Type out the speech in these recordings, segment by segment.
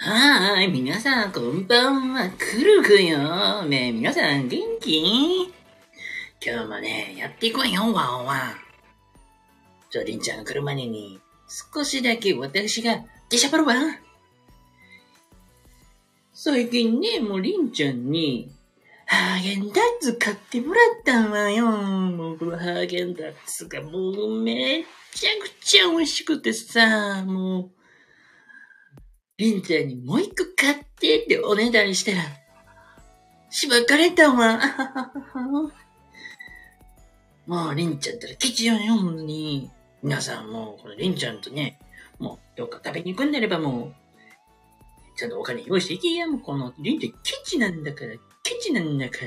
はーい、皆さんこんばんは、くるくよ。ねえ、皆さん元気？今日もね、やっていこうよ、ワンワン。じゃあ、りんちゃんが来る前に、少しだけ私が出しゃばるわ。最近ね、もうりんちゃんに、ハーゲンダッツ買ってもらったわよ。もうこのハーゲンダッツがもうめちゃくちゃ美味しくてさ、もう、りんちゃんにもう一個買ってっておねだりしたら、しばかれたわ。もうりんちゃんったらケチよね、ほんとに。皆さんもう、これりんちゃんとね、もうどっか食べに行くんであればもう、ちゃんとお金用意していけや。もうこのりんちゃんケチなんだから、ケチなんだから。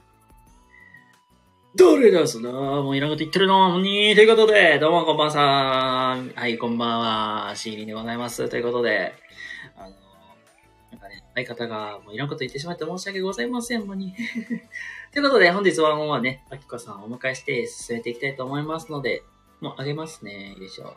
誰だすなもういらんこと言ってるのほんに。ということで、どうもこんばんさん。はい、こんばんは。シーリンでございます。ということで、なんかね、相方がもういらんこと言ってしまって申し訳ございません、もに。ということで、本日ワンオンはね、あきこさんをお迎えして進めていきたいと思いますので、もうあげますね。よいしょ。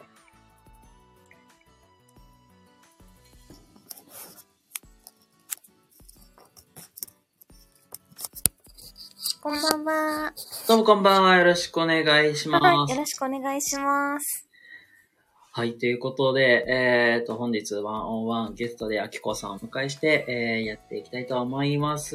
こんばんは。 どうもこんばんは。よろしくお願いします。 はい、よろしくお願いします。 はい、ということで、本日ワンオンワンゲストであきこさんをお迎えして、やっていきたいと思います。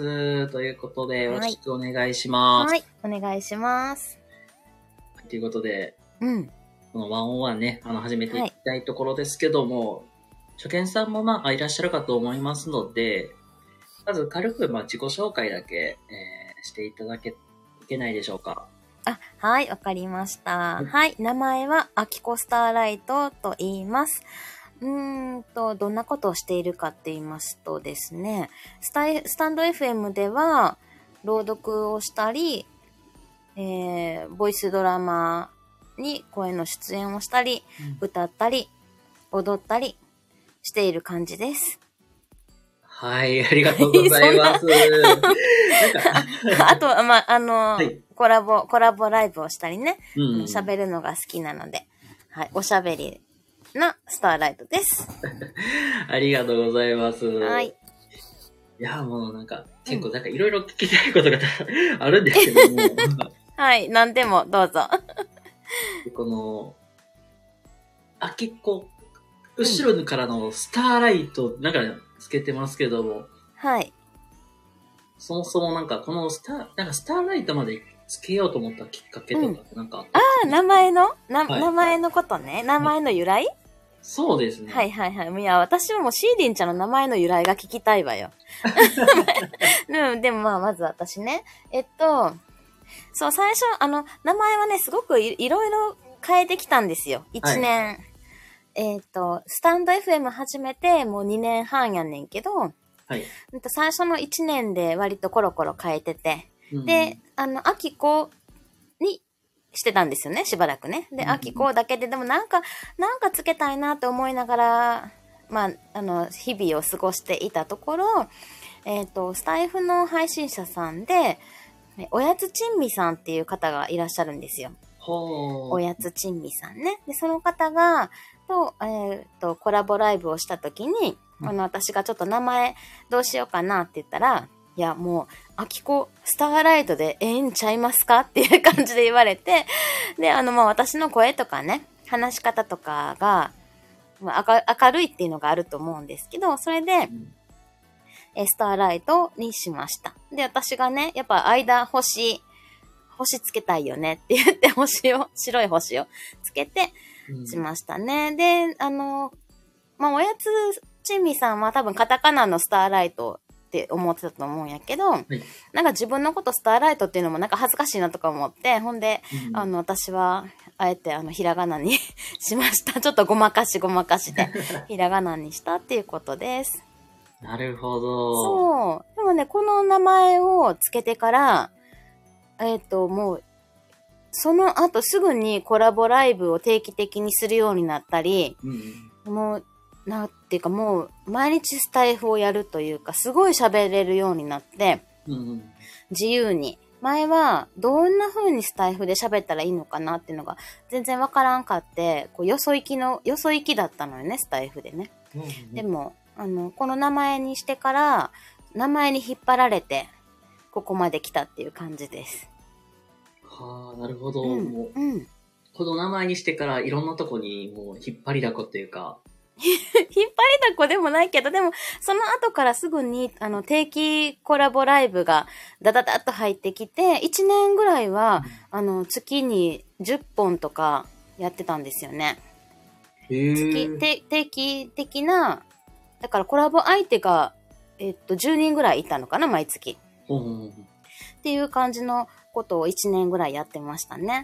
ということで、よろしくお願いします。 はい、お願いします。 はい、ということで、 このワンオンワンね、始めていきたいところですけども、初見さんもいらっしゃるかと思いますので、まず軽く自己紹介だけ、していただけいけないでしょうか。 はい、わかりました。はい、名前はアキコスターライトと言います。どんなことをしているかって言いますとですね、スタンド FM では朗読をしたり、ボイスドラマに声の出演をしたり、歌ったり、踊ったりしている感じです。 はい、ありがとうございます。 あと、 はい、 コラボライブをしたりね、喋るのが好きなので、はい、おしゃべりなスターライトです。 ありがとうございます。 はい。 いや、もう結構いろいろ聞きたいことがあるんですけども。 はい、何でもどうぞ。 この、あきこ、後ろからのスターライト、つけてますけども。 はい。 そもそもこのスターライトまでつけようと思ったきっかけとかって名前の名前のことね。名前の由来、 そうですね。 はいはいはい。いや、私はもうシーリンちゃんの名前の由来が聞きたいわよ。でもまず私ね。そう、最初、名前はね、すごくいろいろ変えてきたんですよ。1年。スタンド FM 始めてもう2年半やねんけど、 はい。 最初の1年で割とコロコロ変えてて、で、あきこにしてたんですよね、しばらくね。で、あきこだけで、でもなんかつけたいなって思いながら、日々を過ごしていたところ、スタイフの配信者さんで、おやつちんみさんっていう方がいらっしゃるんですよ。おやつちんみさんね。で、その方が、コラボライブをしたときに、私がちょっと名前どうしようかなって言ったら、いや、もう、あきこスターライトでええんちゃいますかっていう感じで言われて、で、私の声とかね、話し方とかが、明るいっていうのがあると思うんですけど、それで、スターライトにしました。で、私がね、やっぱ星つけたいよねって言って白い星をつけてしましたね。で、おやつちんみさんは多分カタカナのスターライトって思ってたと思うんやけど、自分のことスターライトっていうのも恥ずかしいなとか思って、ほんで、私はあえてひらがなにしました。ちょっとごまかしで、ひらがなにしたっていうことです。 なるほど。 そう。でもね、この名前をつけてから、もう、その後すぐにコラボライブを定期的にするようになったり、もう、なんていうかもう、毎日スタイフをやるというか、すごい喋れるようになって、自由に。前は、どんな風にスタイフで喋ったらいいのかなっていうのが、全然わからんかって、よそ行きだったのよね、スタイフでね。でも、 この名前にしてから、名前に引っ張られて、ここまで来たっていう感じです。 はあ、なるほど。 うん、 もう、 うん。 この名前にしてからいろんなとこにもう引っ張りだこっていうか。 引っ張りだこでもないけど、でも、その後からすぐに、定期コラボライブがダダダッと入ってきて、1年ぐらいは、月に10本とかやってたんですよね。定期的な、だからコラボ相手が、10人ぐらいいたのかな、毎月。っていう感じのことを1年ぐらいやってましたね。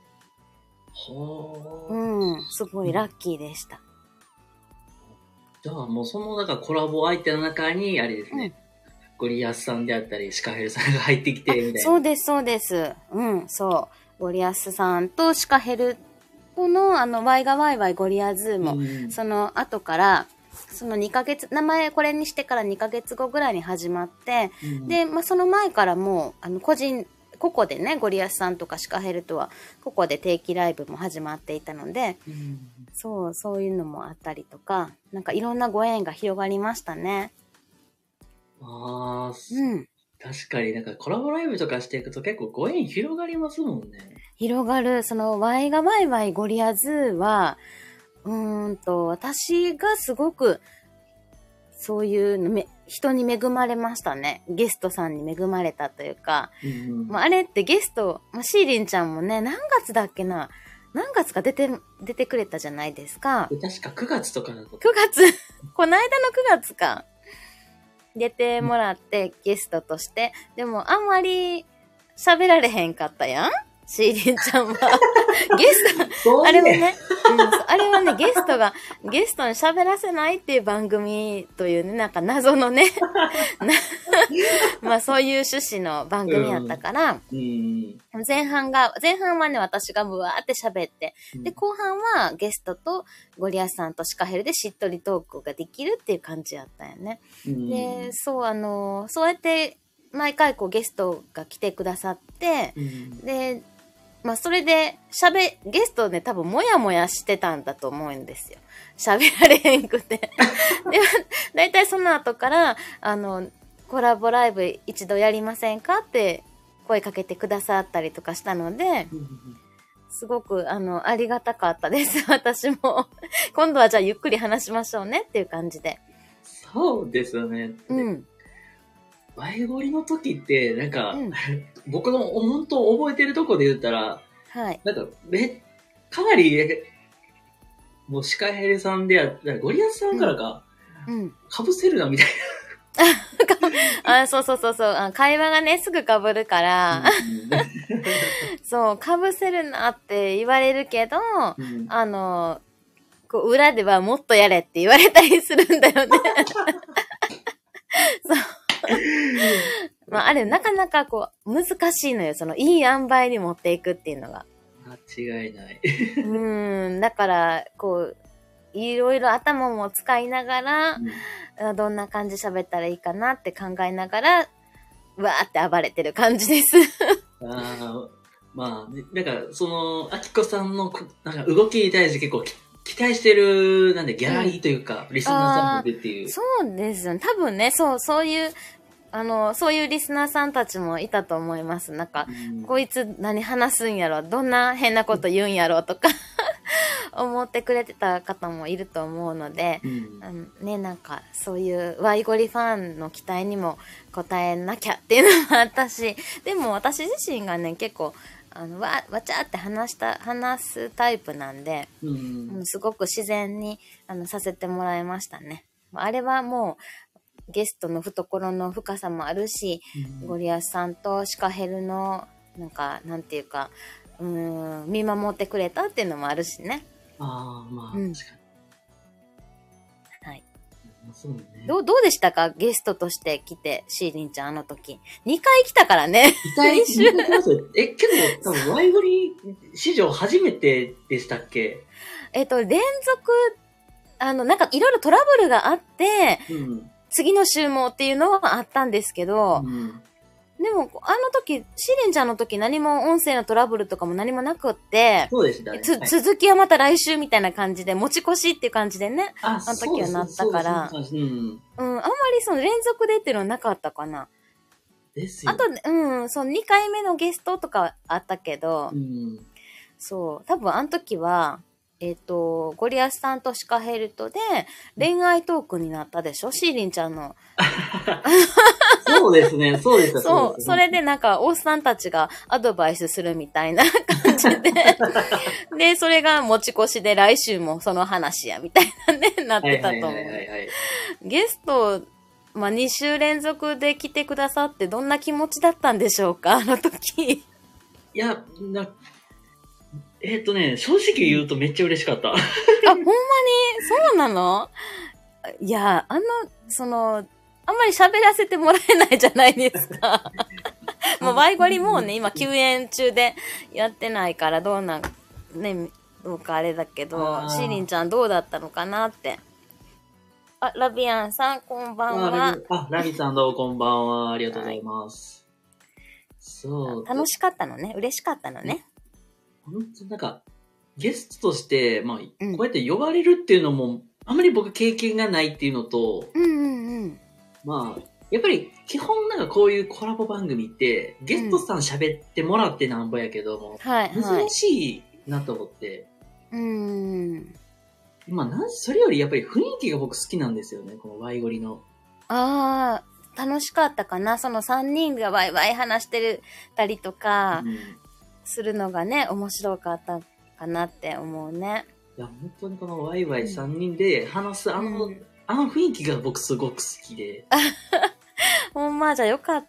はあ。 うん、すごいラッキーでした。 じゃあもうその、だからコラボ相手の中に、あれですね、ゴリアスさんであったり、シカヘルさんが入ってきて、みたいな。 そうです、そうです。うん、そう。ゴリアスさんとシカヘルとの、ワイがワイワイゴリアズーも、その後から、その2ヶ月、名前これにしてから2ヶ月後ぐらいに始まって、で、まあ、その前からもう、個々でね、ゴリアスさんとかシカヘルとは、個々で定期ライブも始まっていたので、そういうのもあったりとか、なんかいろんなご縁が広がりましたね。 ああ、確かになんかコラボライブとかしていくと結構ご縁広がりますもんね。 広がる。その、ワイがワイワイゴリアズは、私がすごく、そういうの人に恵まれましたね。ゲストさんに恵まれたというか。まあ、あれってゲスト、シーリンちゃんもね、何月だっけな、何月か出てくれたじゃないですか。 確か9月とかだと。 9月この間の9月か。出てもらって、ゲストとして。でも、あんまり喋られへんかったやんシーリンちゃんは。ゲスト、あれはね、あれはね、ゲストに喋らせないっていう番組というね、なんか謎のね、まあそういう趣旨の番組やったから、前半はね、私がブワーって喋って、で、後半はゲストとゴリアスさんとシカヘルでしっとりトークができるっていう感じやったよね。で、そうやって、毎回こうゲストが来てくださって、で、まあそれでゲストね多分もやもやしてたんだと思うんですよ。喋られへんくて。で、だいたいその後から、コラボライブ一度やりませんかって声かけてくださったりとかしたので、すごくありがたかったです。私も。今度はじゃあゆっくり話しましょうねっていう感じで。 そうですよね。ワイゴリの時って、なんか、僕の本当覚えてるとこで言ったら、 はい。 なんか、かなり、もうシカヘルさんでゴリアスさんからか、被せるなみたいな。そう。会話がね、すぐ被るから、そう、被せるなって言われるけど、こう裏ではもっとやれって言われたりするんだよね。そう。まあ、あれ、なかなかこう、難しいのよ。その、いい塩梅に持っていくっていうのが。 間違いない。 だから、こう、いろいろ頭も使いながら、どんな感じ喋ったらいいかなって考えながら、わーって暴れてる感じです。 まあ、なんか、その、アキコさんの、なんか動きに対して結構期待してる、なんで、ギャラリーというか、リスナーさんもいるっていう。 そうですよね。多分ね、そういうリスナーさんたちもいたと思います。なんか、こいつ何話すんやろ、どんな変なこと言うんやろとか思ってくれてた方もいると思うので、ね、なんかそういうワイゴリファンの期待にも応えなきゃっていうのもあったし、でも私自身がね、結構わちゃって話すタイプなんで、すごく自然にさせてもらいましたね。あれはもうゲストの懐の深さもあるし、ゴリアスさんとシカヘルのなんていうか、見守ってくれたっていうのもあるしね。 まあ、確かに。 はい。 そうね。 どうでしたか、ゲストとして来て、シーリンちゃんあの時。2回来たからね。 2回来ますよ。けど、多分ワイゴリ史上初めてでしたっけ？ 連続、なんかいろいろトラブルがあって、次の週もっていうのはあったんですけど、ででも、あの時、シーリンちゃんの時何も音声のトラブルとかも何もなくって、 そうでしたね。 続きはまた来週みたいな感じで、持ち越しっていう感じでね、 あの時はなったから、あんまりその連続でっていうのはなかったかな。 ですよ。 あと、そう、2回目のゲストとかあったけど、そう、多分あの時は、ゴリアスさんとシカヘルトで恋愛トークになったでしょ、シーリンちゃんの。 そうですね、そうですそう、それでなんか、おっさんたちがアドバイスするみたいな感じで、で、それが持ち越しで来週もその話や、みたいなね、なってたと思う。ゲスト、まあ、2週連続で来てくださってどんな気持ちだったんでしょうか、あの時。 いや、正直言うとめっちゃ嬉しかった。 あ、ほんまにそうなの？いや、あんまり喋らせてもらえないじゃないですか。もうワイゴリもうね、今休園中でやってないから、どうかあれだけど、シーリンちゃんどうだったのかなって。あ、ラビアンさん、こんばんは。 ラビさんどうもこんばんは。ありがとうございます。そう。 楽しかったのね。嬉しかったのね。 本当なんか、ゲストとして、まあ、こうやって呼ばれるっていうのも、あまり僕経験がないっていうのと、まあ、やっぱり基本なんかこういうコラボ番組って、ゲストさん喋ってもらってなんぼやけども、珍しいなと思って。まあ、それよりやっぱり雰囲気が僕好きなんですよね、このワイゴリの。 ああ、楽しかったかな。その3人がワイワイ話してたりとか、するのがね、面白かったかなって思うね。 いや、本当にこのワイワイ3人で話す、あの雰囲気が僕すごく好きで。 ほんまじゃよかった。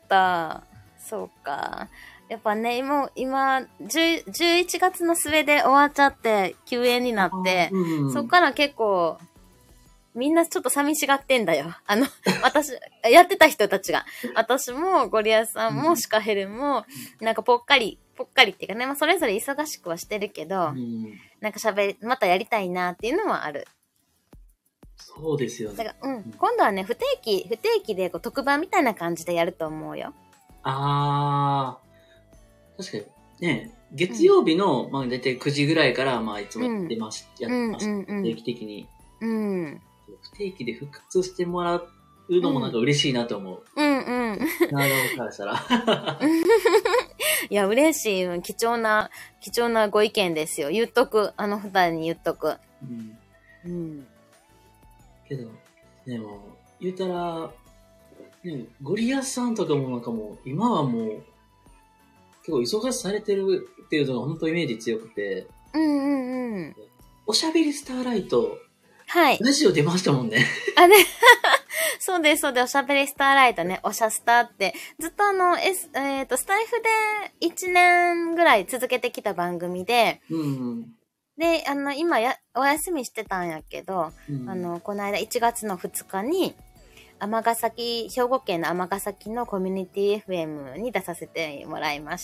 そうか。やっぱね、今、11月の末で終わっちゃって、休園になって、そっから結構、みんなちょっと寂しがってんだよ。やってた人たちが。私も、ゴリアスさんも、シカヘルも、なんかぽっかりっていうかね、まあそれぞれ忙しくはしてるけど、なんかまたやりたいなっていうのはある。 そうですよね。 だから、今度はね、不定期でこう特番みたいな感じでやると思うよ。 確かに。ね、月曜日の、まあ大体9時ぐらいから、まあいつもやってました。定期的に。不定期で復活してもらうのもなんか嬉しいなと思う。なるほどからしたら。 いや、嬉しい。貴重なご意見ですよ。言っとく。二人に言っとく。 けど、ね、もう、言うたら、ね、ゴリアスさんとかもなんかもう、今はもう、結構忙しされてるっていうのが本当イメージ強くて。おしゃべりスターライト。 はい。 ラジオ出ましたもんね。 そうです、おしゃべりスターライトね、おしゃスタって、ずっとスタイフで1年ぐらい続けてきた番組で、で、今お休みしてたんやけど、この間1月の2日に、兵庫県の尼崎のコミュニティ FM に出させてもらいました。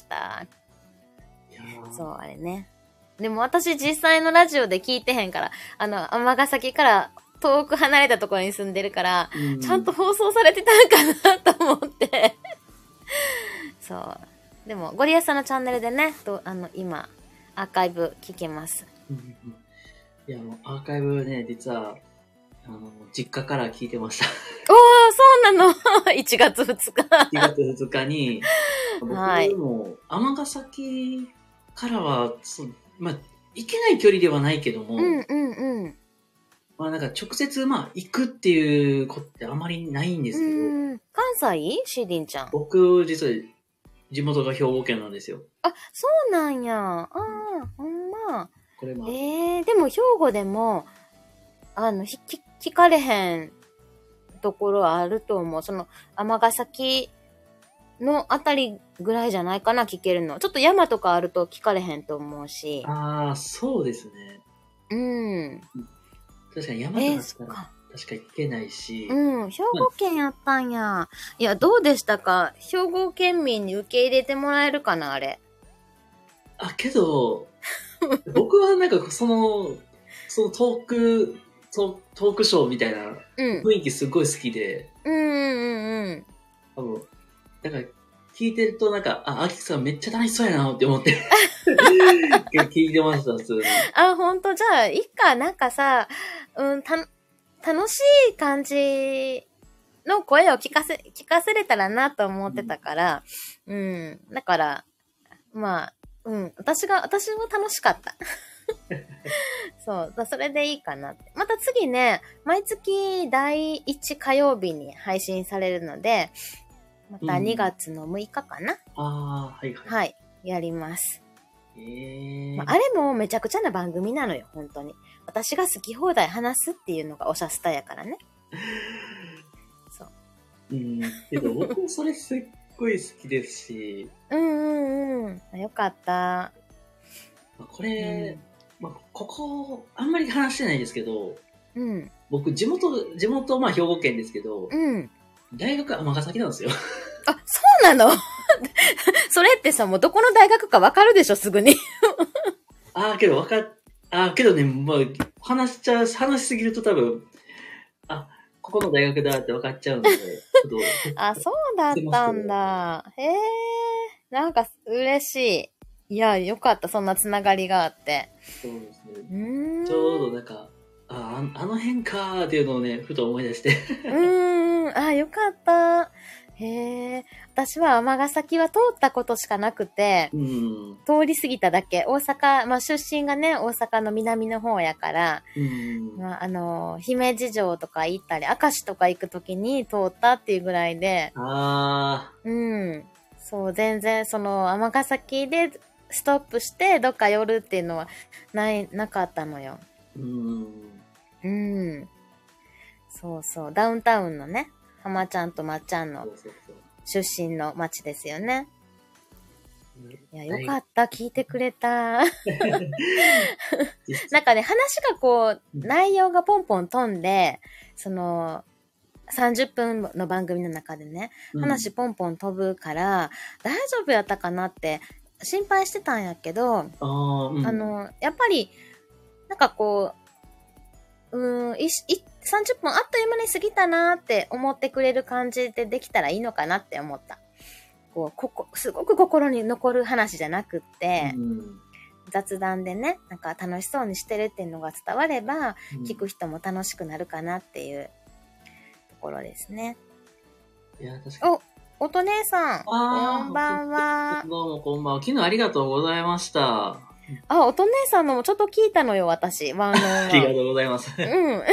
そう、あれね。でも私実際のラジオで聞いてへんから、尼崎から遠く離れたところに住んでるから、ちゃんと放送されてたんかなと思って。そう。でも、ゴリアスさんのチャンネルでね、今、アーカイブ聞けます。 いや、アーカイブね、実は、実家から聞いてました。 そうなの ?1 月2日。 1月2日に、僕も、尼崎からは、まあ、行けない距離ではないけども、まあなんか直接行くっていうことってあまりないんですけど。 関西シーリンちゃん。 僕、実は地元が兵庫県なんですよ。 あ、そうなんや。ほんま。 これでも兵庫でも、聞かれへんところあると思う。尼崎のあたりぐらいじゃないかな、聞けるの。ちょっと山とかあると聞かれへんと思うし。 そうですね。確かに山とかしたら確かに聞けないし。 兵庫県やったんや。いや、どうでしたか？兵庫県民に受け入れてもらえるかな、あれ。 けど、僕はなんかそのトークショーみたいな雰囲気すごい好きで。多分、だから聞いてるとなんか、あ、アキさんめっちゃ楽しそうやなって思って、聞いてました、普通に。 あ、ほんと、じゃあ、いっか、なんかさ、楽しい感じの声を聞かせれたらなと思ってたから、だから、まあ、私も楽しかった。そう、それでいいかなって。また次ね、毎月第1火曜日に配信されるので、また2月の6日かな、 はいはい。 はい、やります。 まあれもめちゃくちゃな番組なのよ、本当に。私が好き放題話すっていうのがおしゃスタやからね。そう。 けど僕もそれすっごい好きですし。 よかった。 これ、ここ、あんまり話してないですけど、僕、地元、まあ兵庫県ですけど、大学は尼崎なんですよ。 あ、そうなのそれってさ、もうどこの大学かわかるでしょ、すぐに。 けどね、まあ、話しすぎると多分、ここの大学だって分かっちゃうので、 あ、そうだったんだ。へえ、なんか嬉しい。いや、よかった、そんなつながりがあって。 そうですね。ちょうどなんか、あの辺かーっていうのをね、ふと思い出して。 よかった。へえ。私は尼崎は通ったことしかなくて、通り過ぎただけ。大阪、出身がね、大阪の南の方やから、姫路城とか行ったり、明石とか行くときに通ったっていうぐらいで、そう、全然尼崎でストップしてどっか寄るっていうのはなかったのよ。そうそう、ダウンタウンのね、浜ちゃんとまっちゃんの出身の町ですよね。いや、よかった、聞いてくれた。なんかね、話が内容がポンポン飛んで、30分の番組の中でね、話ポンポン飛ぶから、大丈夫やったかなって心配してたんやけど、やっぱり、なんか30分あっという間に過ぎたなーって思ってくれる感じでできたらいいのかなって思った。すごく心に残る話じゃなくって、雑談でね、なんか楽しそうにしてるっていうのが伝われば、聞く人も楽しくなるかなっていうところですね。 いや、確かに。 音姉さん、こんばんは。 どうもこんばんは。昨日ありがとうございました。 音姉さんのもちょっと聞いたのよ、私。 ありがとうございます。 ち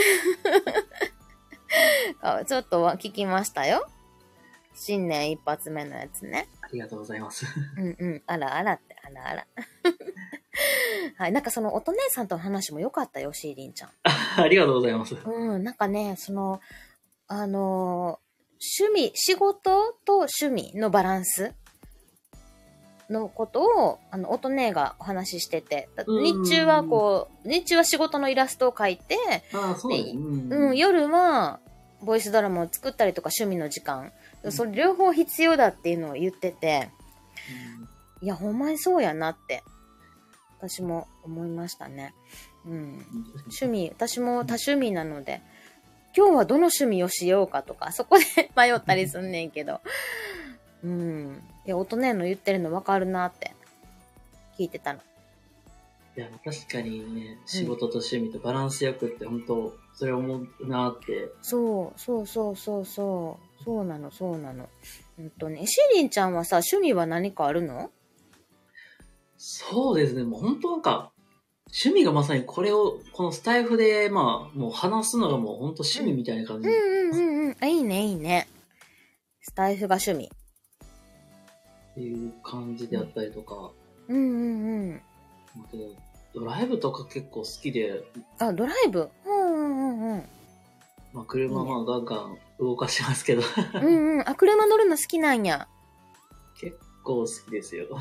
ょっと聞きましたよ。新年一発目のやつね。 ありがとうございます。 あらあらって、あらあら。はい、なんか音姉さんとの話も良かったよ、シーリンちゃん。 ありがとうございます。 なんかね、仕事と趣味のバランスのことを、音姉がお話ししてて、日中は仕事のイラストを描いて、夜は、ボイスドラマを作ったりとか趣味の時間、それ両方必要だっていうのを言ってて、いや、ほんまにそうやなって、私も思いましたね。私も多趣味なので、今日はどの趣味をしようかとか、そこで迷ったりすんねんけど、いや、音姉の言ってるの分かるなって聞いてたの。 いや、確かにね、仕事と趣味とバランスよくって本当それ思うなって。 そうなの。本当に。シーリンちゃんはさ、趣味は何かあるの？ そうですね、もう本当なんか、趣味がまさにこのスタイフで、もう話すのがもう本当趣味みたいな感じ。 いいね。スタイフが趣味。 っていう感じであったりとか。ドライブとか結構好きで。 ドライブ？ 車ガンガン動かしますけど。 車乗るの好きなんや。 結構好きですよ。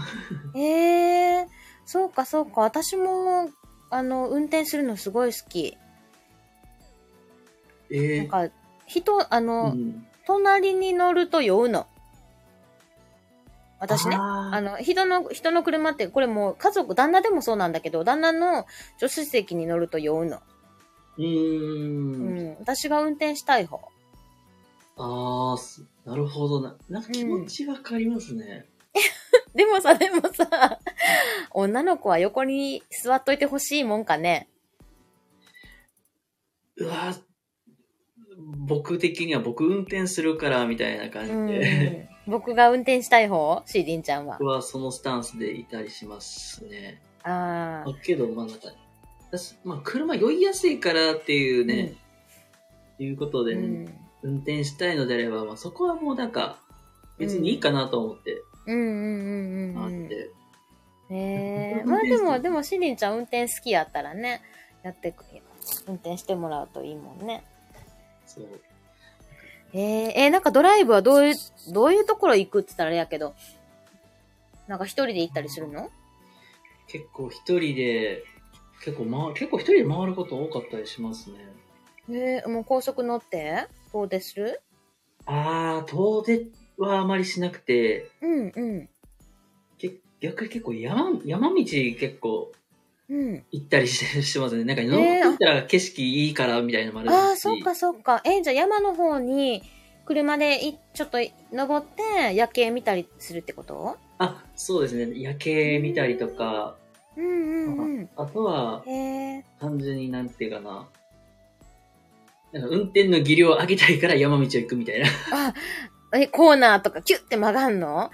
そうか。私も、運転するのすごい好き。なんか、隣に乗ると酔うの。私ね。人の車って、これもう旦那でもそうなんだけど、旦那の助手席に乗ると酔うの。私が運転したい方。 ああ、なるほどな。なんか気持ちわかりますね。 でもさ、女の子は横に座っといてほしいもんかね。 うわ僕的には僕運転するからみたいな感じで、 僕が運転したい方シーリンちゃんは。 僕はそのスタンスでいたりしますね。 ああ。 けど、まあなんか、まあ車酔いやすいからっていうね、いうことで、ね運転したいのであれば、まあそこはもうなんか、別にいいかなと思って。あって。 まあでもシーリンちゃん運転好きやったらね、運転してもらうといいもんね。 そう。 なんかドライブはどういうところ行くって言ったらあれやけど、なんか一人で行ったりするの？ 結構一人で一人で回ること多かったりしますね。 もう高速乗って遠出する？ 遠出はあまりしなくて、逆に結構山道結構行ったりしてますね。なんか登ってったら景色いいからみたいなのもあるし。 そっかそっか。じゃあ山の方に車でちょっと登って夜景見たりするってこと？ そうですね。夜景見たりとか、あとは、単純になんていうかな。なんか運転の技量を上げたいから山道を行くみたいな。 コーナーとかキュッて曲がんの？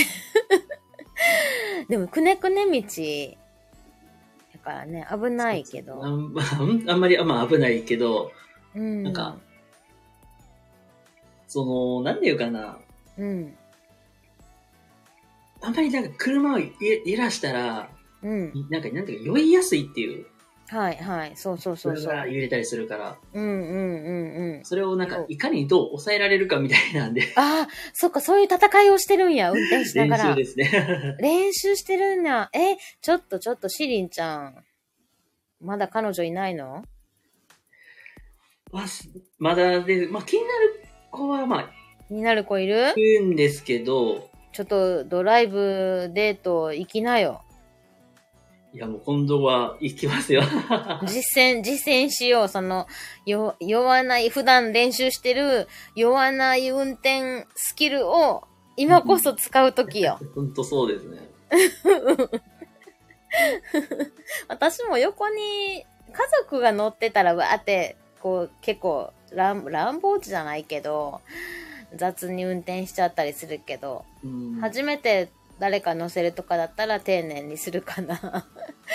でもくねくね道だからね、危ないけど。 あんまり、危ないけど、なんか、なんていうかな。あんまりなんか車を揺らしたら、なんていうか、酔いやすいっていう。 はいはい。そう。 揺れたりするから。 それをなんか、いかにどう抑えられるかみたいなんで。 そっか、そういう戦いをしてるんや、運転しながら。 練習ですね。 練習してるんや。ちょっと、シリンちゃん。まだ彼女いないの？ まだで、気になる子は気になる子いる？ いるんですけど。 ちょっとドライブデート行きなよ。 いやもう今度は行きますよ。 実践しよう。酔わない、普段練習してる酔わない運転スキルを今こそ使うときよ。 ほんとそうですね。 私も横に家族が乗ってたらわーって、結構乱暴じゃないけど、雑に運転しちゃったりするけど、初めて誰か乗せるとかだったら丁寧にするかな。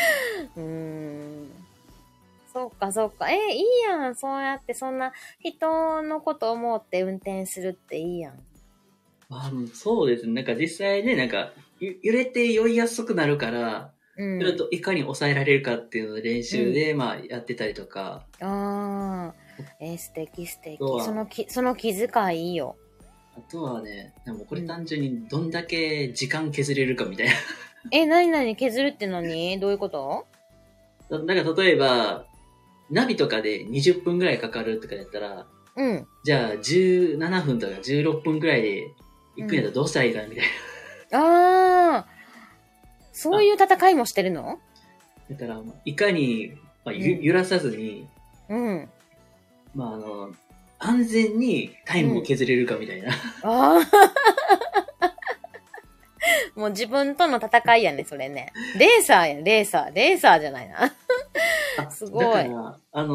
そうか。いいやん。そうやってそんな人のこと思って運転するっていいやん。 そうですね。なんか実際ね、なんか揺れて酔いやすくなるから、それといかに抑えられるかっていうので練習で、やってたりとか。 素敵。その気遣いいいよ。 あとはね、でもこれ単純にどんだけ時間削れるかみたいな。 何削るって何？どういうこと？ なんか例えば、ナビとかで20分ぐらいかかるとかやったら、じゃあ17分とか16分ぐらいで行くんやったらどうしたらいいかみたいな。そういう戦いもしてるの？ だから、いかに、揺らさずに、安全にタイムを削れるかみたいな。 もう自分との戦いやね、それね。レーサーじゃないな。すごい。 だから、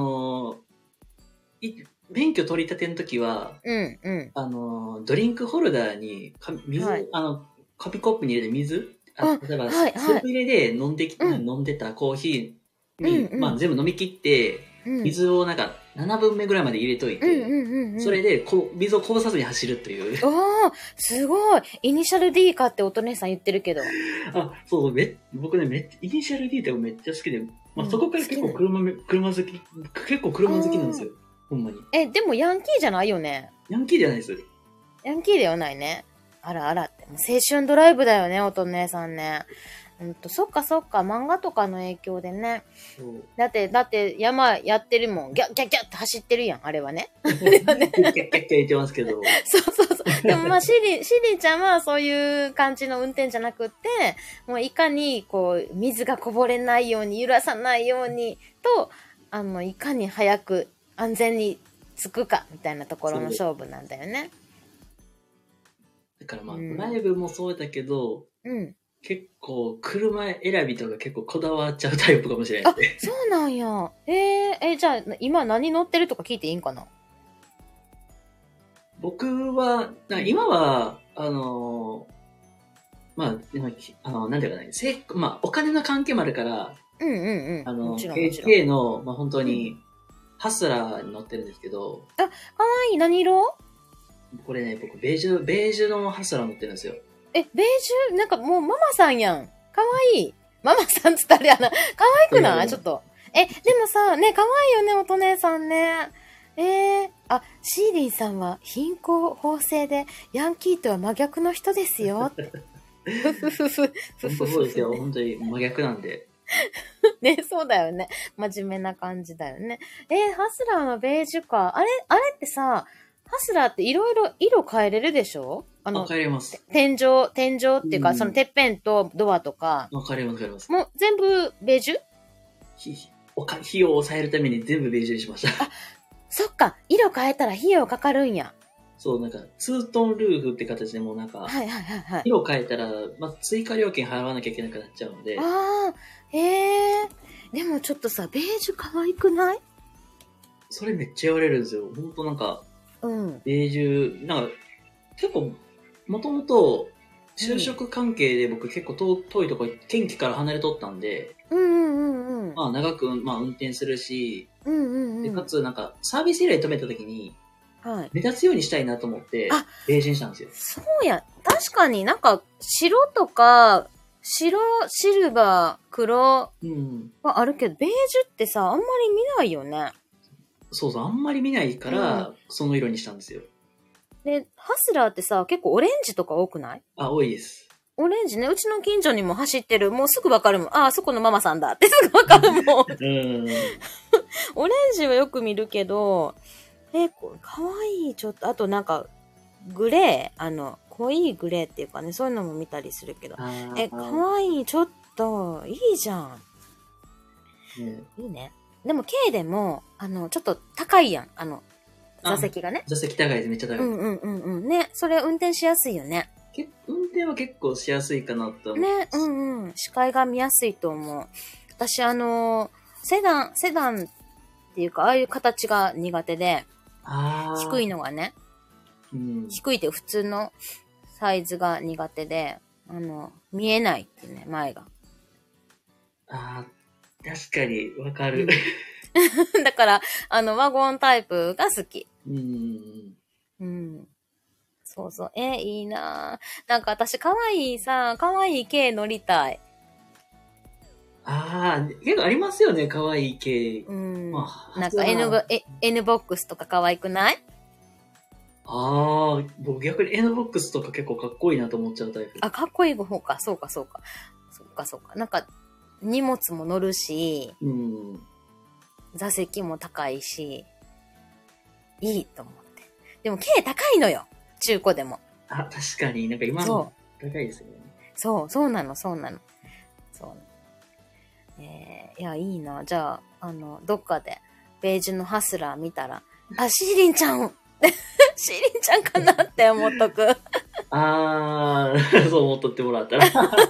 免許取り立ての時は、ドリンクホルダーに水、紙コップに入れて水、例えば、スープ入れで飲んでたコーヒーに、全部飲み切って、水をなんか7分目ぐらいまで入れといて、それで水をこぼさずに走るという。 すごい。イニシャル D かっておとねさん言ってるけど。 そう、僕ね、イニシャル D ってめっちゃ好きで、そこから結構車好きなんですよ。ほんまに。 でもヤンキーじゃないよね。 ヤンキーじゃないです。 ヤンキーではないね。あらって。青春ドライブだよね、おとねさんね。そっか、漫画とかの影響でね。だって山やってるもん。ギャッって走ってるやん、あれはね。 ギャッ言ってますけど。 そう。でもシリちゃんはそういう感じの運転じゃなくって、もういかに水がこぼれないように、揺らさないようにと、いかに早く安全に着くか、みたいなところの勝負なんだよね。 だからまあ、 うんドライブもそうだけど、 うん。 結構、車選びとか結構こだわっちゃうタイプかもしれないあですね。、 そうなんや。じゃあ、今何乗ってるとか聞いていいんかな？ 僕は、今は、まあ、でもなんていうかね、まあ、お金の関係もあるから、 うんうんうん。もちろんもちろん。 KK の、まあ本当に、ハスラーに乗ってるんですけど、 かわいい。何色？ これね、僕、ベージュのハスラー乗ってるんですよ。 ベージュなんかもうママさんやん。かわいい。ママさんつったらあれやな。かわいくない？ちょっと。でもさ、ね、かわいいよね、おと姉さんね。シーリンさんは貧困法制でヤンキーとは真逆の人ですよ。ふふふふ。 本当そうですよ。本当に真逆なんで。 ね、そうだよね。真面目な感じだよね。ハスラーのベージュか。あれってさ、ハスラーっていろいろ色変えれるでしょ？ わかります。 天井っていうか、 うんそのてっぺんとドアとか。 わかります。 もう全部ベージュ？ 費用を抑えるために全部ベージュにしました。 そっか、色変えたら費用かかるんや。 そう、なんか、ツートンルーフって形でもうなんか、 はいはいはいはい。 色変えたら、まあ、追加料金払わなきゃいけなくなっちゃうので、 でもちょっとさ、ベージュ可愛くない？ それめっちゃ言われるんですよ。本当なんか、 うん。 ベージュ、なんか、結構、もともと、就職関係で僕結構遠いとこ、県畿から離れとったんで、 うんうんうんうん。 まあ長く、まあ運転するし、 うんうんで、 うん。 かつなんか、サービスエリアに止めた時に、 はい。 目立つようにしたいなと思ってあ、 ベージュにしたんですよ。 そうや。確かになんか、白とか、シルバー、黒うん。 はあるけど、ベージュってさ、あんまり見ないよね。 そうそう、あんまり見ないから、その色にしたんですよ。 で、ハスラーってさ、結構オレンジとか多くない？ あ、多いです。 オレンジね、うちの近所にも走ってる。もうすぐわかるもん。あそこのママさんだってすぐわかるもん。オレンジはよく見るけど、かわいい、ちょっと。あとなんか、グレー、濃いグレーっていうかね、そういうのも見たりするけど。かわいい、ちょっと、いいじゃん。いいね。でも、K でも、ちょっと高いやん。座席がね。 座席高いです、めっちゃ高いです。 ね、それ運転しやすいよね。 運転は結構しやすいかなと思う。 ね、視界が見やすいと思う。私、セダンっていうか、ああいう形が苦手で、低いのがね、低いって普通のサイズが苦手で、見えないってね、前が。 確かに、わかる。 だから、ワゴンタイプが好き。そうそう。いいなぁ。なんか私、可愛い系乗りたい。 結構ありますよね、可愛い系。 なんか N ボックスとか可愛くない？ 僕逆に N ボックスとか結構かっこいいなと思っちゃうタイプ。 かっこいい方か。そうか。なんか、荷物も乗るし、座席も高いし、いいと思って。でも、K 高いのよ。中古でも。 確かに。なんか今の高いですよね。 そうなの。いや、いいな。じゃあ、どっかで、ベージュのハスラー見たら、シーリンちゃんシーリンちゃんかなって思っとく。 そう思っとってもらったら。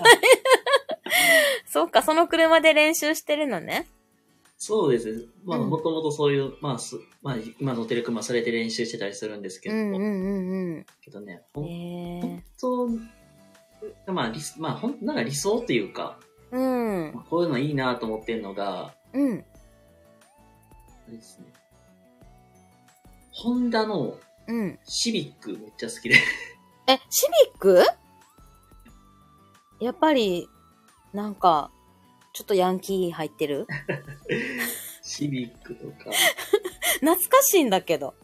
そうか、その車で練習してるのね。 そうですね。もともとそういう、今乗ってる車それで練習してたりするんですけど。けどね、本当、なんか理想っていうか、こういうのいいなと思ってるのが、あれですね。ホンダのシビックめっちゃ好きで。 シビック？やっぱり、なんか、ちょっとヤンキー入ってる？ シビックとか。 懐かしいんだけど。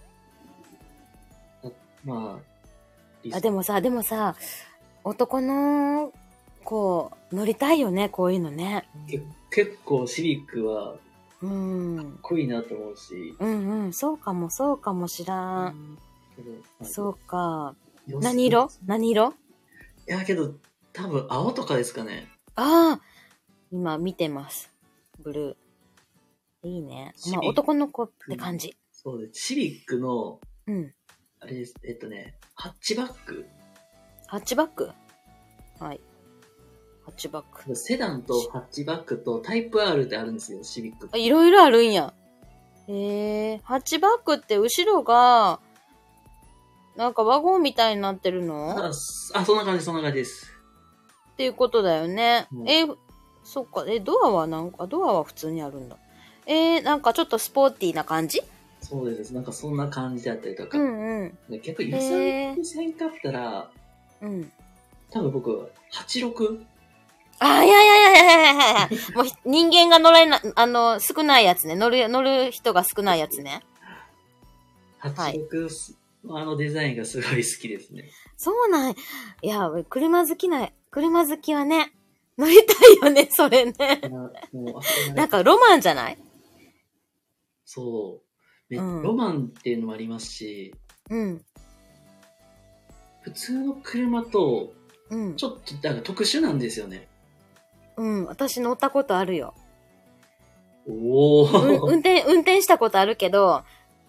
でもさ、男の子、乗りたいよね、こういうのね。 結構シビックは、かっこいいなと思うし。 そうかもしらん。そうか。何色？ いや、けど、多分青とかですかね。 今見てます。ブルー。いいね。男の子って感じ。 そうです。シビックの、あれです、ハッチバック。 ハッチバック。はい。ハッチバック。 セダンとハッチバックとタイプ R ってあるんですよ、シビック。 いろいろあるんや。ハッチバックって後ろが、なんかワゴンみたいになってるの？ そんな感じ、そんな感じです。 っていうことだよね。 うん、 そっか。ドアは普通にあるんだ。なんかちょっとスポーティーな感じ？ そうです。なんかそんな感じだったりとか。 うんうん。 逆に輸送せんかったら、多分僕、86？ いや。もう人間が乗れな、少ないやつね。乗る人が少ないやつね。 86、はい、デザインがすごい好きですね。 そうなん。いや、車好きはね、乗りたいよね、それね。なんかロマンじゃない？ そう。ロマンっていうのもありますし、普通の車と、ちょっとなんか特殊なんですよね。 私乗ったことあるよ。 おー。 運転したことあるけど、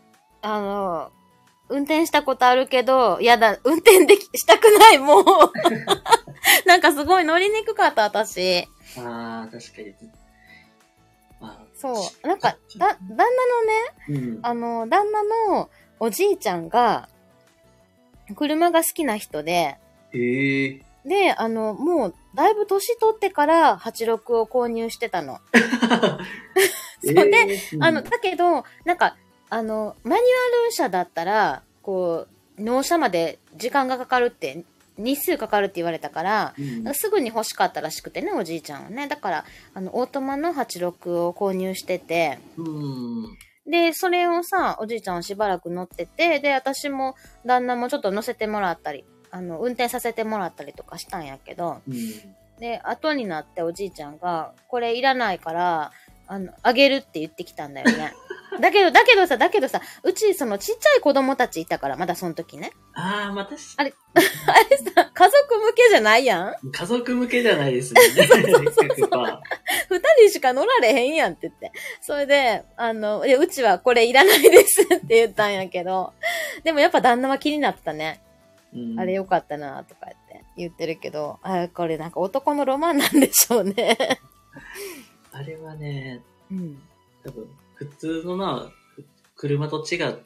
やだ、運転したくない、もう。なんかすごい乗りにくかった、私。 確かに。 そう。なんか、旦那のね、旦那のおじいちゃんが、車が好きな人で、で、もう、だいぶ年取ってから86を購入してたの。そうで、だけど、なんか、マニュアル車だったら、こう、納車まで時間がかかるって、日数かかるって言われたから、すぐに欲しかったらしくてね、おじいちゃんはね。だから、オートマの86を購入してて、で、それをさ、おじいちゃんはしばらく乗ってて、で、私も旦那もちょっと乗せてもらったり、運転させてもらったりとかしたんやけど、で、後になっておじいちゃんが、これいらないから、あげるって言ってきたんだよね。だけどさ、うち、そのちっちゃい子供たちいたから、まだその時ね。 あれさ、家族向けじゃないやん？ 家族向けじゃないですね。 二人しか乗られへんやんって言って。それで、うちはこれいらないですって言ったんやけど、でもやっぱ旦那は気になってたね。あれよかったなとか言ってるけど、これなんか男のロマンなんでしょうね。 あれはね、多分、普通の車と違って、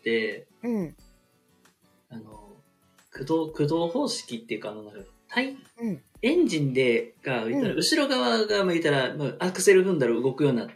駆動方式っていうか、エンジン後ろ側が向いたら、アクセル踏んだら動くようになって、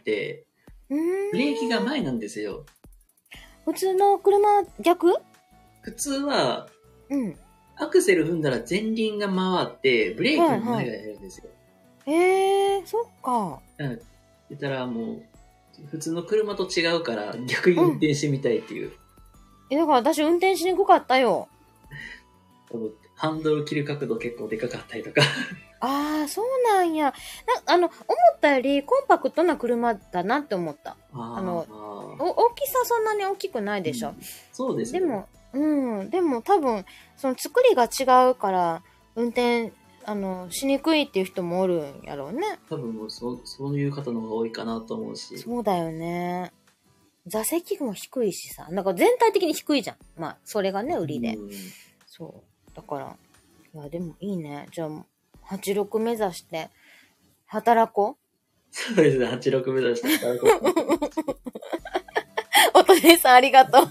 ブレーキが前なんですよ。 普通の車逆？ 普通は、アクセル踏んだら前輪が回って、ブレーキの前がやるんですよ。 そっか。 言ったらもう、普通の車と違うから、逆に運転してみたいっていう。 だから私運転しにくかったよ。 ハンドル切る角度結構でかかったりとか。 そうなんや。思ったよりコンパクトな車だなって思った。大きさそんなに大きくないでしょ。 そうですね。 でも多分、その作りが違うから、運転、しにくいっていう人もおるんやろうね。 多分もうそういう方の方が多いかなと思うし。 そうだよね。座席も低いしさ。なんか全体的に低いじゃん。まあ、それがね、売りで。そう。だから、いや、でもいいね。じゃあ、86目指して、働こう。 そうですね、86目指して働こう。 おとりさんありがと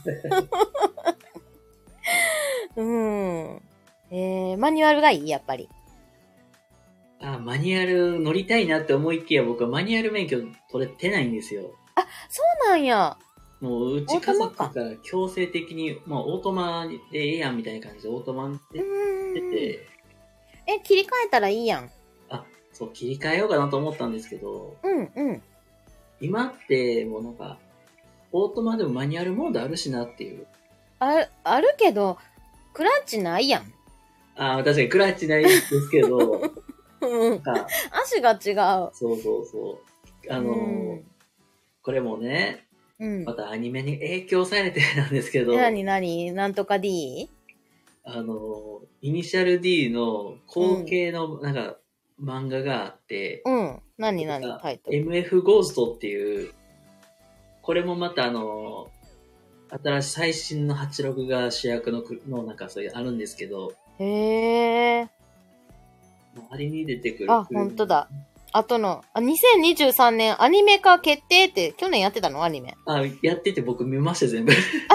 う。マニュアルがいい、やっぱり。 マニュアル乗りたいなって思いきや僕はマニュアル免許取れてないんですよ。 そうなんや。 もううち家族から強制的に、オートマでええやんみたいな感じでオートマって出て。 切り替えたらいいやん。 そう、切り替えようかなと思ったんですけど。今ってもうなんか、オートマでもマニュアルモードあるしなっていう。 あるけど、クラッチないやん。 確かにクラッチないですけど。 足が違う。 そう。これもね、またアニメに影響されてなんですけど。 なんとか D？ イニシャル D の後継のなんか漫画があって、 何タイトル？ MF ゴーストっていう、これもまた新しい最新の86が主役のなんかそういうあるんですけど、 あれに出てくる。 あ、ほんとだ。2023年アニメ化決定って、去年やってたのアニメ。 あ、やってて僕見ました、全部。 あ、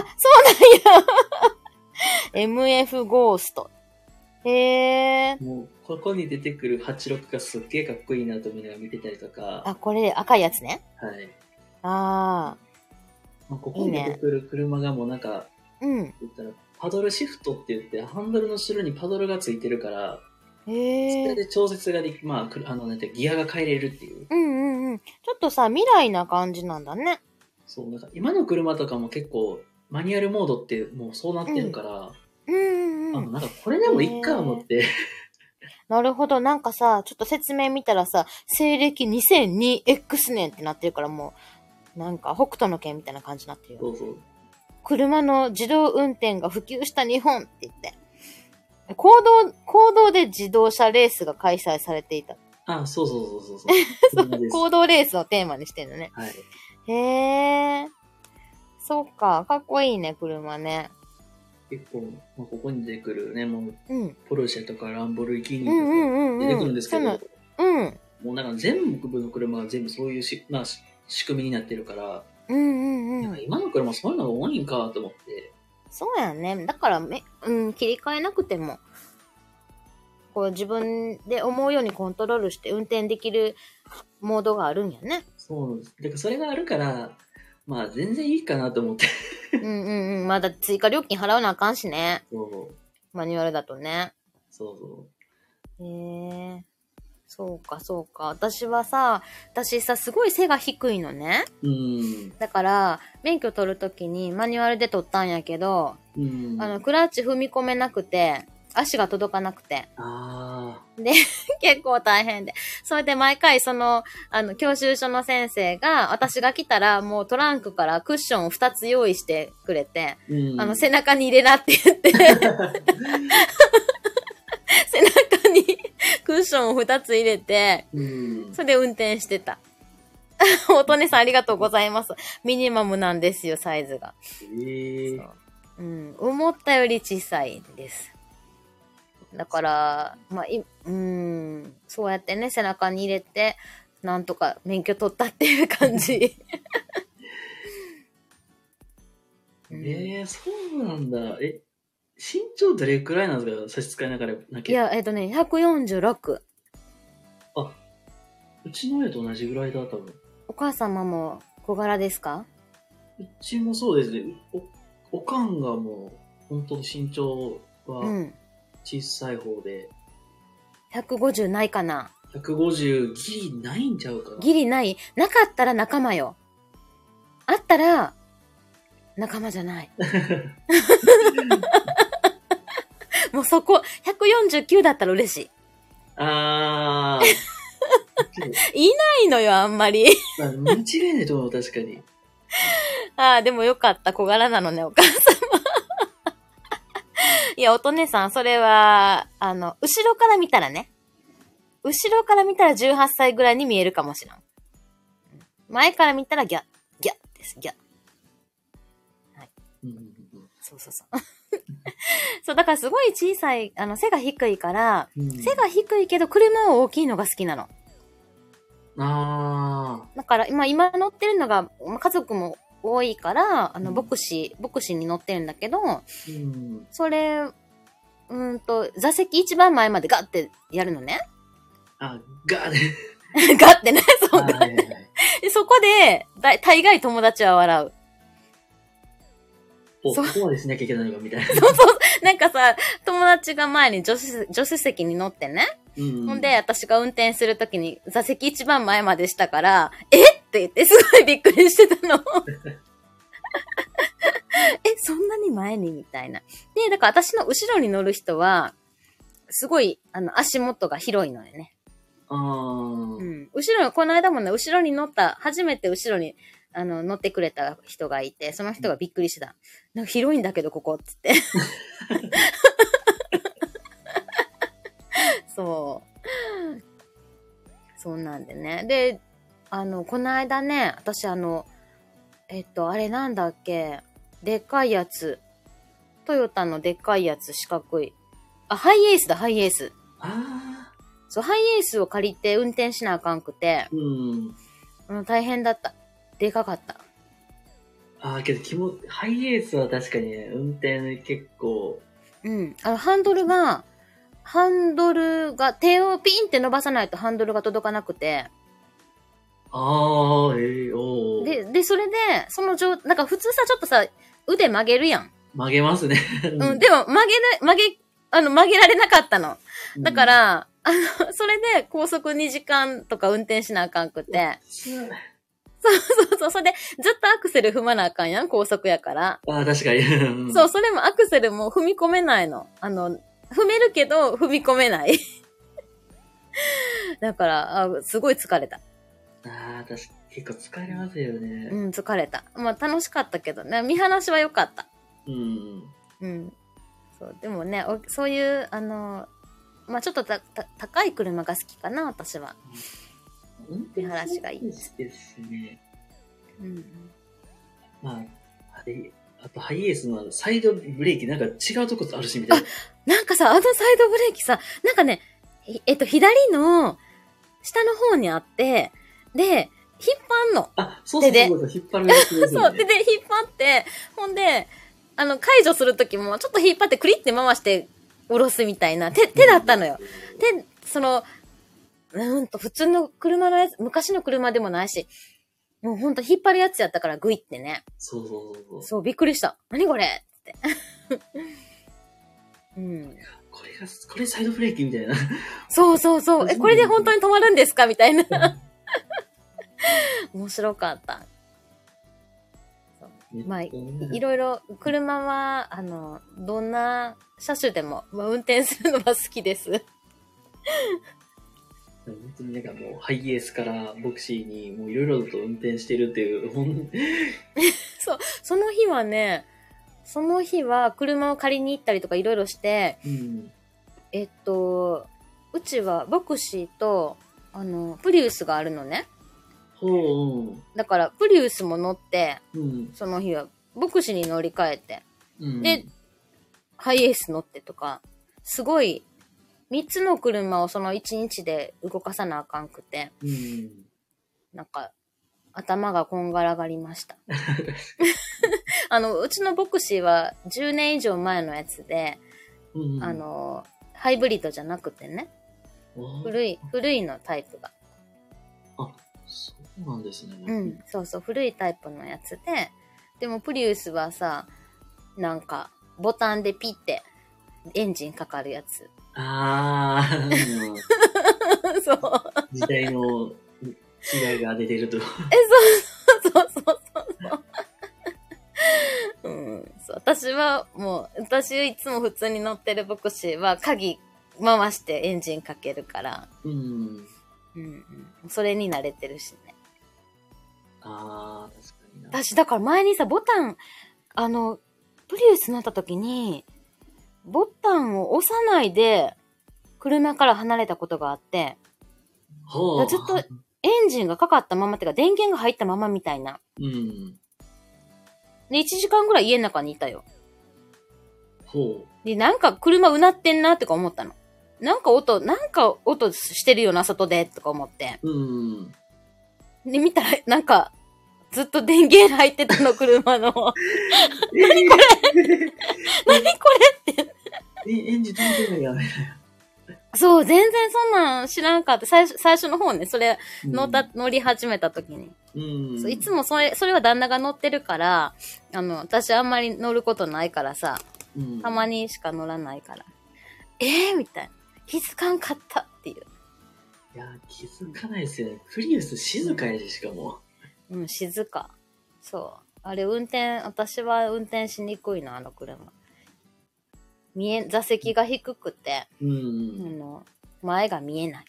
そうなんや。MF ゴースト。へー。 もう、ここに出てくる86がすっげえかっこいいなと思いながら見てたりとか。 あ、これ赤いやつね。 はい。 あここに出てくる車がもうなんか、 ー。うん。 言ったら、パドルシフトって言って、ハンドルの後ろにパドルがついてるから、そへー。 れで調節ができ、まあ、なんてギアが変えれるっていう。 うん。ちょっとさ、未来な感じなんだね。 そう、なんか今の車とかも結構、マニュアルモードってもうそうなってるから、なんかこれでもいいか思って。 なるほど。なんかさ、ちょっと説明見たらさ、西暦 2002X 年ってなってるからもう、なんか北斗の拳みたいな感じになってるよ。 そうそう。 車の自動運転が普及した日本って言って。公道で自動車レースが開催されていた。 あ、そう。 公道レースをテーマにしてるのね。 はい。 へー。そうか。かっこいいね、車ね。 結構、まあ、ここに出てくるね、もう、 うん。 ポルシェとかランボルギーニとか出てくるんですけど、 うん。 もうなんか全部の車が全部そういうまあ、仕組みになってるから、なんか今の車そういうのが多いんかと思って。 そうやね。だから切り替えなくても、こう自分で思うようにコントロールして運転できるモードがあるんやね。 そうなんです。だからそれがあるから、まあ全然いいかなと思って。 まだ追加料金払わなあかんしね。 そう。 マニュアルだとね。 そう。 へえ。そうか。私さ、すごい背が低いのね。だから、免許取るときにマニュアルで取ったんやけど、クラッチ踏み込めなくて、足が届かなくて。で、結構大変で。それで毎回教習所の先生が、私が来たらもうトランクからクッションを2つ用意してくれて、背中に入れなって言って、背中にクッションを2つ入れて、それで運転してた。おとねさんありがとうございます。ミニマムなんですよ、サイズが。思ったより小さいです。だから、まあ、そうやってね、背中に入れて、なんとか免許取ったっていう感じ。 そうなんだ。身長どれくらいなんですか？差し支えながら。 いや、146。 あ、うちの親と同じぐらいだ、多分。 お母様も小柄ですか？ うちもそうですね。おかんがもう、本当身長は小さい方で。 150ないかな？ 150ギリないんちゃうかな？ ギリない？なかったら仲間よ。あったら、仲間じゃない。もうそこ、149だったら嬉しい。いないのよ、あんまり。 間違いないと思う、確かに。 でもよかった。小柄なのね、お母様。いや、おとねさん、それは、後ろから見たらね。後ろから見たら18歳ぐらいに見えるかもしれん。前から見たらギャです、ギャ。はい。そう。そう、だからすごい小さい、背が低いから、背が低いけど車は大きいのが好きなの。だから、今乗ってるのが、家族も多いから、牧師に乗ってるんだけど、それ、座席一番前までガッてやるのね。 ガッね。 ガッてね、そうガッて。でそこで、大概友達は笑う。 ここまでしなきゃいけないのかみたいな。 そう。なんかさ、友達が前に助手席に乗ってね。ほんで、私が運転するときに座席一番前までしたから、って言ってすごいびっくりしてたの。そんなに前にみたいな。で、だから私の後ろに乗る人は、すごい、足元が広いのでね。後ろに、この間もね、後ろに乗った、初めて後ろに、乗ってくれた人がいて、その人がびっくりしてた。なんか広いんだけど、ここ、つって。そうなんでね。で、この間ね、私あれなんだっけ、でっかいやつ。トヨタのでっかいやつ、四角い。ハイエースだ、ハイエース。 そう、ハイエースを借りて運転しなあかんくて、大変だった。でかかった。 けどハイエースは確かにね、運転結構。 ハンドルが手をピンって伸ばさないとハンドルが届かなくて。 おー。で、それで、なんか普通さ、ちょっとさ、腕曲げるやん。 曲げますね。 でも曲げられなかったの。だから、それで高速2時間とか運転しなあかんくて。そう。それで、ずっとアクセル踏まなあかんやん、高速やから。 確かに。 そう、それもアクセルも踏み込めないの。踏めるけど、踏み込めない。だから、すごい疲れた。 確か結構疲れますよね。 疲れた。まあ、楽しかったけどね、見晴らしは良かった。そう、でもね、そういう、まあ、ちょっと高い車が好きかな、私は。見晴らしがいいですね。まあ、あとハイエースのサイドブレーキなんか違うとこあるしみたいな。 なんかさ、サイドブレーキさ、なんかね、左の下の方にあって、で、引っ張んの。 そう、引っ張るやつですね。 そう、手で引っ張って、ほんで、解除するときも、ちょっと引っ張ってクリって回して下ろすみたいな、手だったのよ。で、普通の車のやつ、昔の車でもないし、もうほんと引っ張るやつやったからグイってね。そう、びっくりした。何これって。 これサイドブレーキみたいな。 そう。これで本当に止まるんですかみたいな。面白かった。まあ、いろいろ、車は、どんな車種でも、運転するのは好きです。 本当になんかもう、ハイエースからボクシーに、もういろいろと運転してるっていう、 そう、その日は車を借りに行ったりとかいろいろして、うちはボクシーと、プリウスがあるのね。だから、プリウスも乗って、その日は、ボクシーに乗り換えて、で、ハイエース乗ってとか、すごい、3つの車をその1日で動かさなあかんくて、なんか、頭がこんがらがりました。うちのボクシーは10年以上前のやつで、ハイブリッドじゃなくてね、古いのタイプが。 そうなんですね。 そう、古いタイプのやつで、でもプリウスはさ、なんか、ボタンでピッて、エンジンかかるやつ。そう。 時代の違いが出てると。 そう。私いつも普通に乗ってるボクシーは鍵回してエンジンかけるから。それに慣れてるしね。 確かにな。 私だから前にさ、ボタン、プリウス乗った時に、ボタンを押さないで、車から離れたことがあって、ずっとエンジンがかかったままっていうか、電源が入ったままみたいな。で、1時間ぐらい家の中にいたよ。で、なんか車うなってんなってか思ったの。なんか音してるよな、外で、とか思って。で、見たら、なんか、ずっと電源入ってたの、車の。何これって。 エンジン止めてるやん。 そう、全然そんなん知らんかった。最初の方ね、それ乗り始めた時に。そういつもそれは旦那が乗ってるから、私あんまり乗ることないからさ、たまにしか乗らないから。みたいな。気づかんかったっていう。 いや、気づかないですよね。プリウス静かやし、しかも。 静か。そう。あれ私は運転しにくいの、あの車。座席が低くて、前が見えない。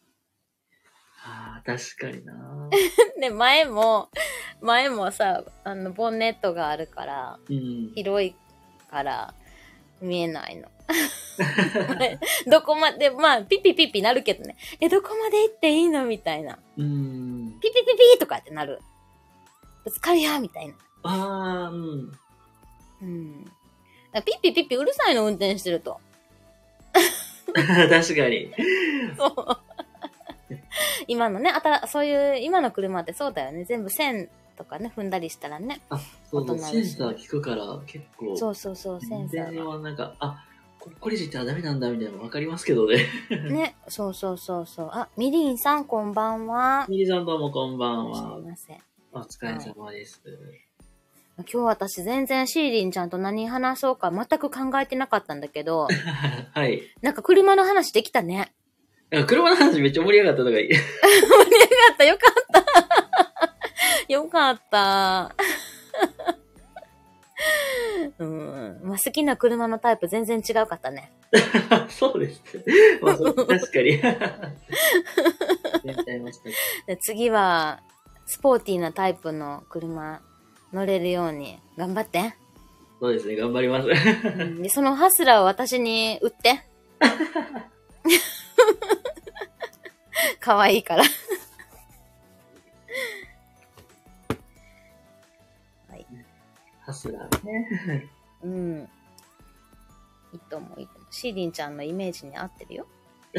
確かにな。 で、前もさ、ボンネットがあるから、広いから、見えないの。どこまで、まあ、ピピピピなるけどね。どこまで行っていいのみたいな。ピピピピとかってなる。ぶつかるやみたいな。ピッピピッピうるさいの運転してると。 確かに。 そう。今のね、そういう、今の車ってそうだよね。全部線とかね、踏んだりしたらね。 あ、そうそう、センサー聞くから結構。 そうそうそう、センサー。 全然はなんか、これじったらダメなんだみたいなの分かりますけどね。 ね、そうそうそうそう。あ、みりんさんこんばんは。 みりさんどうもこんばんは。 すいません。 お疲れ様です。 今日私全然シーリンちゃんと何話そうか全く考えてなかったんだけど。 はい。 なんか車の話できたね。 車の話めっちゃ盛り上がったのがいい。盛り上がった、よかった。よかった。まあ、好きな車のタイプ全然違うかったね。 そうですね。まあ、確かに。 で次は、スポーティーなタイプの車乗れるように頑張って。 そうですね、頑張ります。 でそのハスラーを私に売って。かわいいから。はい。 ハスラーね。 うん。いいと思う、いいと思う。シーリンちゃんのイメージに合ってるよ。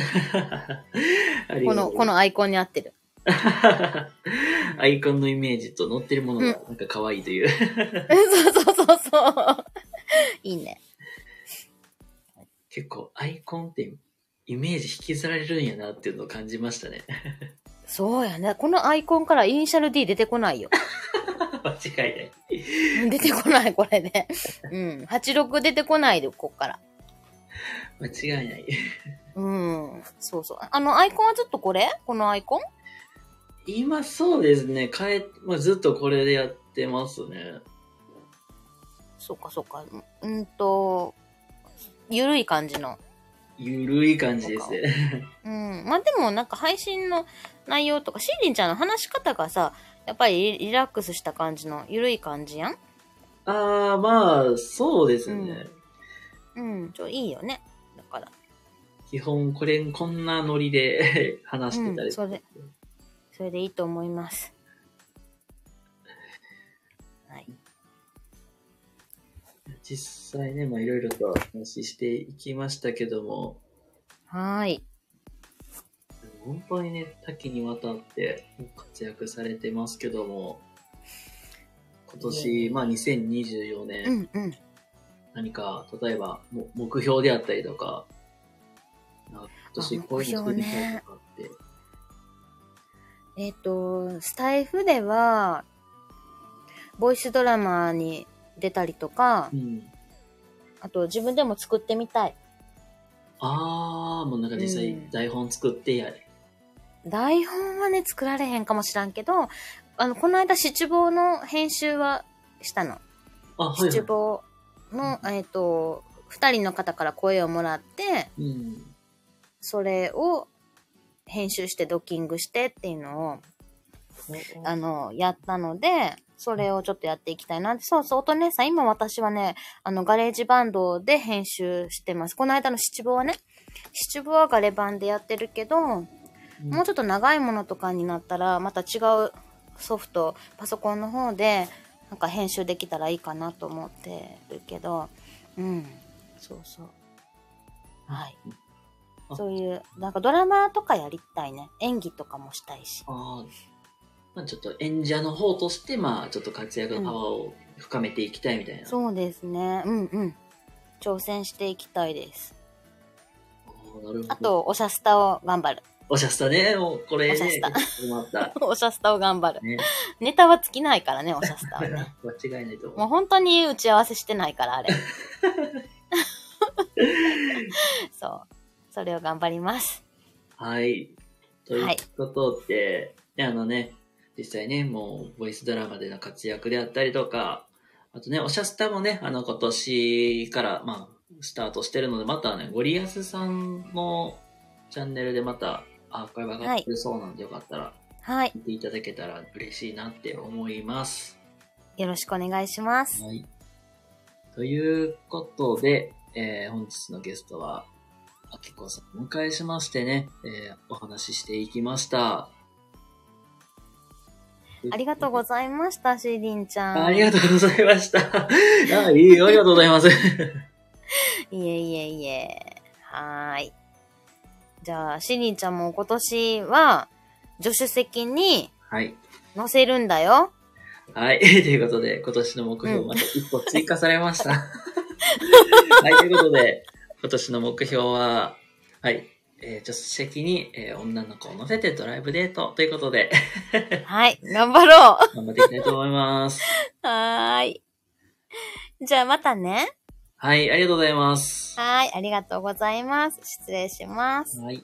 このアイコンに合ってる。 アイコンのイメージと乗ってるものがなんか可愛いという。 そう。いいね。 結構アイコンってイメージ引きずられるんやなっていうのを感じましたね。 そうやね。このアイコンからイニシャル D 出てこないよ。 間違いない。 出てこない、これで。86出てこないで、こっから。 間違いない。 そうそう。アイコンはずっとこのアイコン今そうですね。ずっとこれでやってますね。 そうか。ゆるい感じの。 ゆるい感じですね。 まあでもなんか配信の内容とか、シーリンちゃんの話し方がさ、やっぱりリラックスした感じの、ゆるい感じやん？ まあ、そうですね。 いいよね。だから。 基本こんなノリで話してたり、 それでいいと思います。はい。 実際ね、いろいろと話していきましたけども。 はい。 本当にね、多岐にわたって活躍されてますけども、今年、2024年、何か、例えば、目標であったりとか、今年こういうの作りたいとかって。 スタイフでは、ボイスドラマに出たりとか、あと自分でも作ってみたい。 もうなんか実際台本作ってやれ。 台本はね、作られへんかもしらんけど、この間七望の編集はしたの。七望の、二人の方から声をもらって、それを編集してドッキングしてっていうのを、やったので、それをちょっとやっていきたいな。そう、おとねさん、今私はね、ガレージバンドで編集してます。この間の七望はね、七望はガレバンでやってるけど、もうちょっと長いものとかになったら、また違うソフト、パソコンの方で、なんか編集できたらいいかなと思ってるけど、そう。はい。そういう、なんかドラマとかやりたいね。演技とかもしたいし。 ちょっと演者の方として、ちょっと活躍の幅を深めていきたいみたいな。 そうですね。挑戦していきたいです。 なるほど。 あと、おしゃスタを頑張る。 おしゃスタね、もうこれね。 おしゃスタ。 おしゃスタを頑張る。ネタは尽きないからね、おしゃスタはね。 間違いないと思う。 もう本当に打ち合わせしてないから、あれ。そう。それを頑張ります。 はい。ということで、実際ね、もう、ボイスドラマでの活躍であったりとか、あとね、おしゃスタもね、今年から、スタートしてるので、またね、ゴリアスさんのチャンネルでまた、アーカイブ上がってるそうなんで、よかったら、見ていただけたら嬉しいなって思います。 よろしくお願いします。 はい。ということで、本日のゲストは、あきこさんをお迎えしましてね、お話ししていきました。 ありがとうございました、シーリンちゃん。 ありがとうございました。ありがとうございます。 いえ。はーい。 じゃあ、しにちゃんも今年は、助手席にはい。 乗せるんだよ。 はい。ということで、今年の目標また一歩追加されました。はい。ということで、今年の目標は、はい。助手席に、女の子を乗せてドライブデートということで。 はい。頑張ろう。 頑張っていきたいと思います。 はーい。じゃあまたね。 はい。ありがとうございます。 はい。ありがとうございます。失礼します。 はい。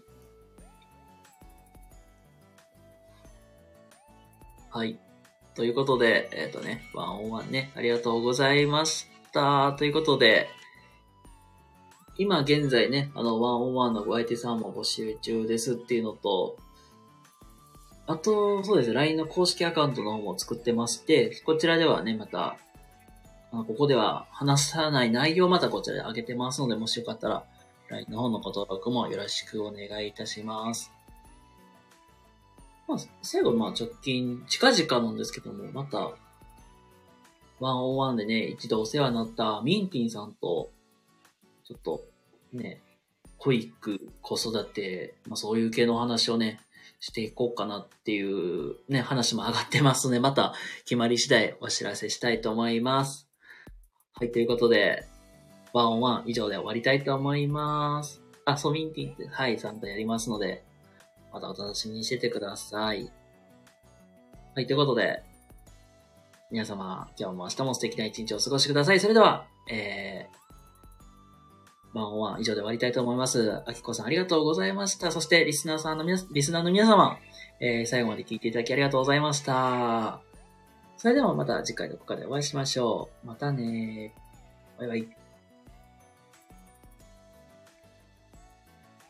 はい。ということで、ワンオンワンね、ありがとうございました。ということで、今現在ね、ワンオンワンのお相手さんも募集中ですっていうのと、あと、そうですね、LINE の公式アカウントの方も作ってまして、こちらではね、また、ここでは話さない内容をまたこちらで上げてますので、もしよかったら、LINE の方のご登録もよろしくお願いいたします。まあ、最後、直近、近々なんですけども、また、ワンオンワンでね、一度お世話になったミンティンさんと、ちょっと、ね、保育、子育て、そういう系の話をね、していこうかなっていうね、話も上がってますので、また決まり次第お知らせしたいと思います。はい、ということで、ワンオンワン以上で終わりたいと思います。ミンティンって、はい、参加やりますので、またお楽しみにしててください。はい、ということで、皆様、今日も明日も素敵な一日をお過ごしください。それでは、ワンオンワン以上で終わりたいと思います。あきこさんありがとうございました。そしてリスナーの皆様、最後まで聞いていただきありがとうございました。それではまた次回どこかでお会いしましょう。またね。バイバイ。